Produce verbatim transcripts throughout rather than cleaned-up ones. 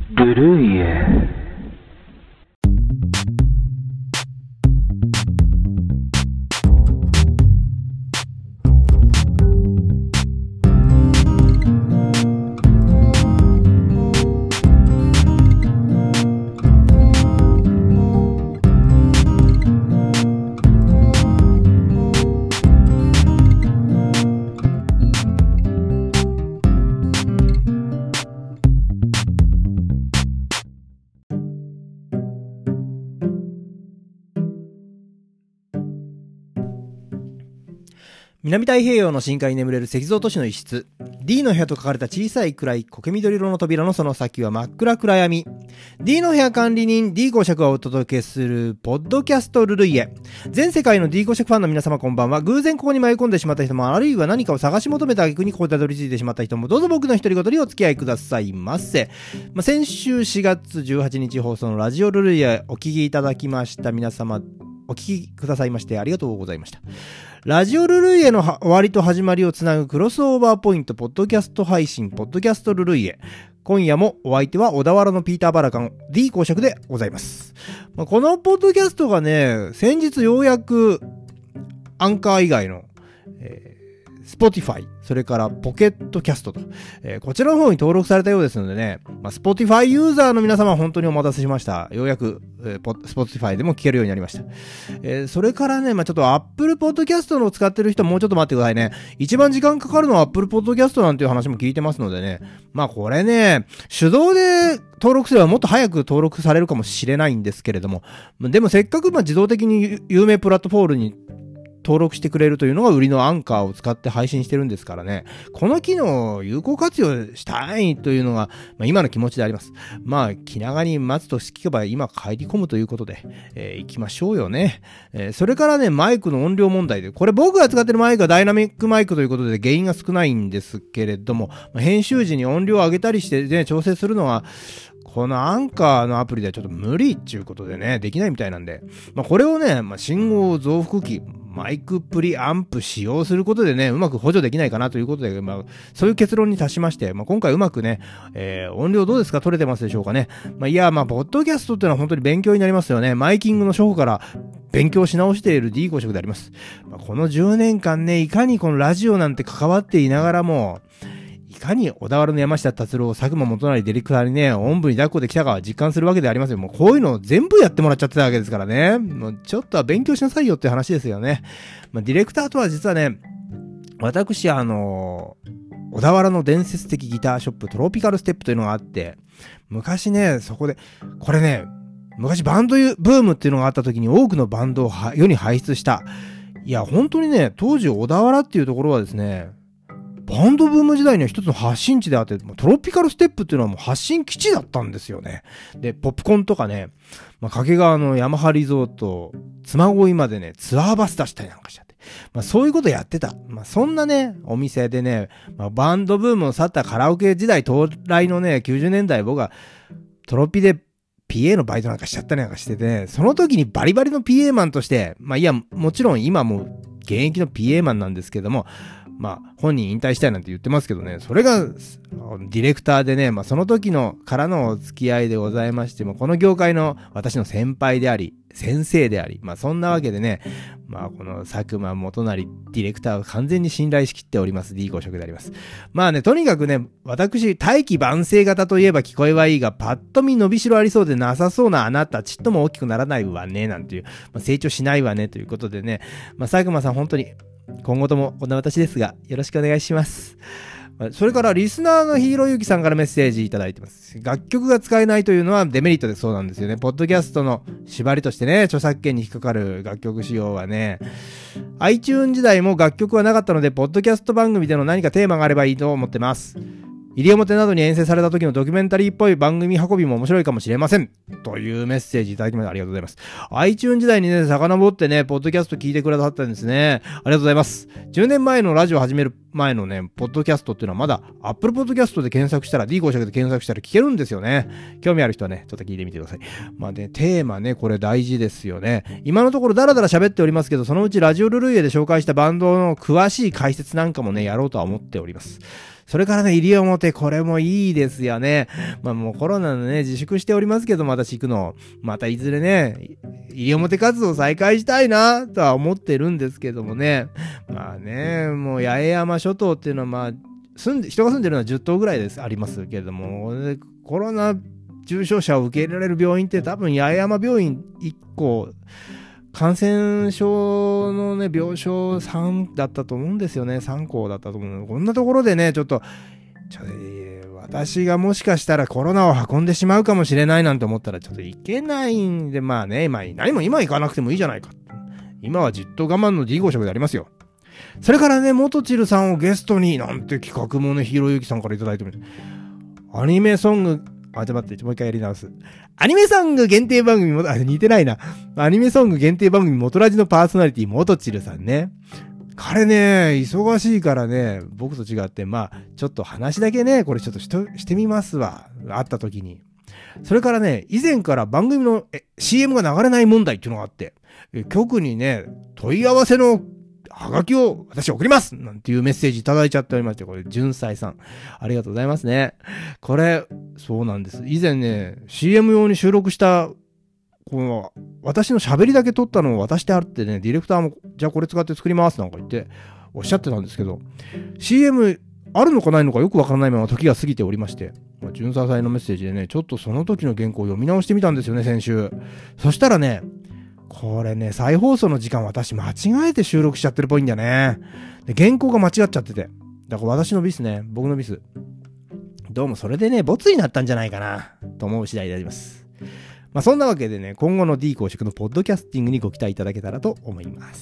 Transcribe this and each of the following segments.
ブルーイエ南太平洋の深海に眠れる石像都市の一室 D の部屋と書かれた小さい暗い苔緑色の扉のその先は真っ暗暗闇。 D の部屋管理人 D 公爵がお届けするポッドキャストルルイエ。全世界の D 公爵ファンの皆様こんばんは。偶然ここに迷い込んでしまった人も、あるいは何かを探し求めた挙句にここにたどり着いてしまった人も、どうぞ僕の独り言にお付き合いくださいませ。まあ、先週しがつじゅうはちにち放送のラジオルルイエお聞きいただきました皆様、お聞きくださいましてありがとうございました。ラジオルルイエの終わりと始まりをつなぐクロスオーバーポイントポッドキャスト配信ポッドキャストルルイエ。今夜もお相手は小田原のピーターバラカン D 公爵でございます。まあ、このポッドキャストがね、先日ようやくアンカー以外の、えーSpotify、それからポケットキャストと、えー、こちらの方に登録されたようですのでね、まあ、Spotify ユーザーの皆様は本当にお待たせしました。ようやく、えー、Spotify でも聞けるようになりました。えー、それからね、まあ、ちょっと Apple Podcast の使ってる人はもうちょっと待ってくださいね。一番時間かかるのは Apple Podcast なんていう話も聞いてますのでね、まあこれね、手動で登録すればもっと早く登録されるかもしれないんですけれども、でもせっかくまあ自動的に有名プラットフォームに登録してくれるというのが売りのアンカーを使って配信してるんですからね。この機能を有効活用したいというのが、まあ、今の気持ちであります。まあ、気長に待つと聞けば今帰り込むということで、えー、行きましょうよね。えー、それからね、マイクの音量問題で、これ僕が使ってるマイクはダイナミックマイクということで原因が少ないんですけれども、まあ、編集時に音量を上げたりしてね、調整するのは、このアンカーのアプリではちょっと無理っていうことでね、できないみたいなんで、まあ、これをね、まあ、信号増幅器、マイクプリアンプ使用することでね、うまく補助できないかなということで、まあ、そういう結論に達しまして、まあ、今回うまくね、えー、音量どうですか？取れてますでしょうかね。まあ、いや、まあ、ポッドキャストっていうのは本当に勉強になりますよね。マイキングの初歩から勉強し直している D 公爵であります。まあ、このじゅうねんかんね、いかにこのラジオなんて関わっていながらも、いかに小田原の山下達郎、佐久間元成ディレクターにね、おんぶに抱っこできたかは実感するわけでありますよ。もうこういうのを全部やってもらっちゃってたわけですからね。もうちょっとは勉強しなさいよっていう話ですよね。まあ、ディレクターとは実はね、私、あのー、小田原の伝説的ギターショップトロピカルステップというのがあって、昔ね、そこで、これね、昔バンドブームっていうのがあった時に多くのバンドを世に輩出した。いや、本当にね、当時小田原っていうところはですね、バンドブーム時代には一つの発信地であって、トロピカルステップっていうのはもう発信基地だったんですよね。で、ポップコーンとかね、まあ、掛川のヤマハリゾート、妻恋までね、ツアーバス出したりなんかしちゃって。まあ、そういうことやってた。まあ、そんなね、お店でね、まあ、バンドブームを去ったカラオケ時代到来のね、きゅうじゅうねんだい僕はトロピで ピーエー のバイトなんかしちゃったりなんかしてて、ね、その時にバリバリの ピーエー マンとして、まあ、いや、もちろん今も現役の ピーエー マンなんですけども、まあ、本人引退したいなんて言ってますけどね、それが、ディレクターでね、まあ、その時のからのお付き合いでございましても、この業界の私の先輩であり、先生であり、まあ、そんなわけでね、まあ、この佐久間元成ディレクターを完全に信頼しきっております D 公爵であります。まあね、とにかくね、私、大器晩成型といえば聞こえはいいが、パッと見伸びしろありそうでなさそうなあなた、ちっとも大きくならないわね、なんていう、まあ、成長しないわね、ということでね、まあ、佐久間さん本当に、今後ともこんな私ですがよろしくお願いします。それからリスナーのヒーローゆきさんからメッセージいただいてます。楽曲が使えないというのはデメリットでそうなんですよね。ポッドキャストの縛りとしてね、著作権に引っかかる楽曲使用はね、iTunes 時代も楽曲はなかったので、ポッドキャスト番組での何かテーマがあればいいと思ってます。西表などに遠征された時のドキュメンタリーっぽい番組運びも面白いかもしれません。というメッセージいただきましてありがとうございます。iTunes 時代にね、遡ってね、ポッドキャスト聞いてくださったんですね。ありがとうございます。じゅうねんまえのラジオ始める前のね、ポッドキャストっていうのはまだ Apple Podcast で検索したら、D 公爵で検索したら聞けるんですよね。興味ある人はね、ちょっと聞いてみてください。まあね、テーマね、これ大事ですよね。今のところダラダラ喋っておりますけど、そのうちラジオルルイエで紹介したバンドの詳しい解説なんかもね、やろうとは思っております。 それからね、西表、これもいいですよね。まあもうコロナのね、自粛しておりますけども、私行くの。またいずれね、西表活動再開したいな、とは思ってるんですけどもね。まあね、もう八重山諸島っていうのはまあ、住んで、人が住んでるのはじゅっとうぐらいです、ありますけれども、コロナ重症者を受け入れられる病院って多分八重山病院いっこ、感染症のね、病床さんだったと思うんですよね。さんこうだったと思う。こんなところでね、ちょっと、ちょ私がもしかしたらコロナを運んでしまうかもしれないなんて思ったらちょっといけないんで、まあね、まあ何も今行かなくてもいいじゃないか。今はじっと我慢の ディーご 色でありますよ。それからね、元チルさんをゲストになんて企画もね、ひろゆきさんからいただいてる。アニメソング、あ、ちょっと待って、もう一回やり直す。アニメソング限定番組も、あ、似てないな。アニメソング限定番組元ラジのパーソナリティ、元チルさんね。彼ね、忙しいからね、僕と違って、まあ、ちょっと話だけね、これちょっとしとしてみますわ。会った時に。それからね、以前から番組のえ シーエム が流れない問題っていうのがあって、局にね、問い合わせのはがきを私送りますなんていうメッセージいただいちゃっておりまして、これ、純才さん。ありがとうございますね。これ、そうなんです。以前ね、シーエム 用に収録した、この、私の喋りだけ撮ったのを渡してあってね、ディレクターも、じゃあこれ使って作りますなんか言って、おっしゃってたんですけど、シーエム あるのかないのかよくわからないまま時が過ぎておりまして、純才さんのメッセージでね、ちょっとその時の原稿を読み直してみたんですよね、先週。そしたらね、これね、再放送の時間私間違えて収録しちゃってるっぽいんだよね。で、原稿が間違っちゃってて。だから私のミスね、僕のミス。どうもそれでね、ボツになったんじゃないかな、と思う次第であります。まあそんなわけでね、今後の D 公式のポッドキャスティングにご期待いただけたらと思います。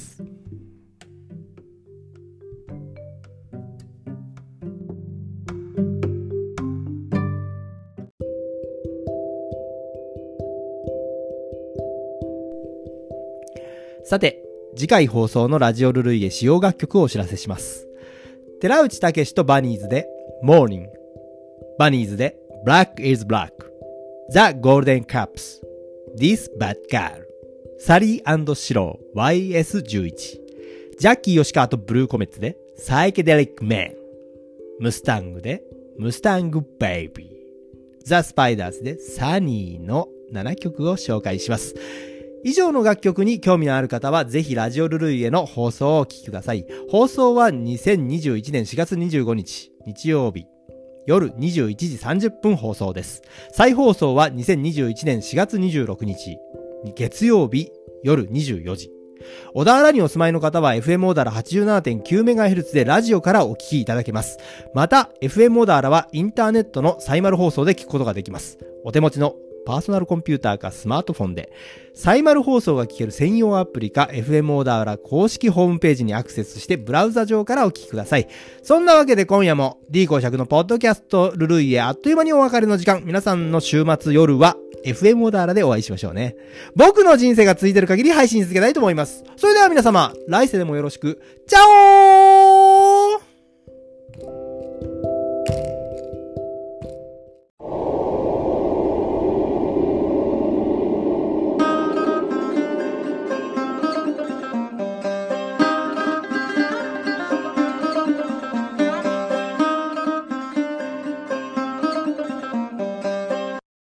さて、次回放送のラジオルルイエ使用楽曲をお知らせします。寺内武史とバニーズで Morning、 バニーズで Black is Black、 The Golden Cups、 This Bad Girl、 サリー&シロー ワイエスじゅういち、 ジャッキー吉川とブルーコメッツで Psychedelic Man、 ムスタングで Mustang Baby、 The Spiders で Sunny のななきょくを紹介します。以上の楽曲に興味のある方はぜひラジオルルイエの放送をお聞きください。放送はにせんにじゅういちねんしがつにじゅうごにち日曜日夜にじゅういちじさんじゅっぷん放送です。再放送はにせんにじゅういちねんしがつにじゅうろくにち月曜日夜にじゅうよじ。小田原にお住まいの方は エフエム 小田原 はちじゅうななてんきゅうメガヘルツ でラジオからお聞きいただけます。また エフエム 小田原はインターネットのサイマル放送で聞くことができます。お手持ちのパーソナルコンピューターかスマートフォンでサイマル放送が聞ける専用アプリか エフエム 小田原公式ホームページにアクセスしてブラウザ上からお聞きください。そんなわけで今夜も D 公爵のポッドキャストルルイエあっという間にお別れの時間。皆さんの週末夜は エフエム 小田原でお会いしましょうね。僕の人生が続いている限り配信続けたいと思います。それでは皆様来世でもよろしく。チャオー。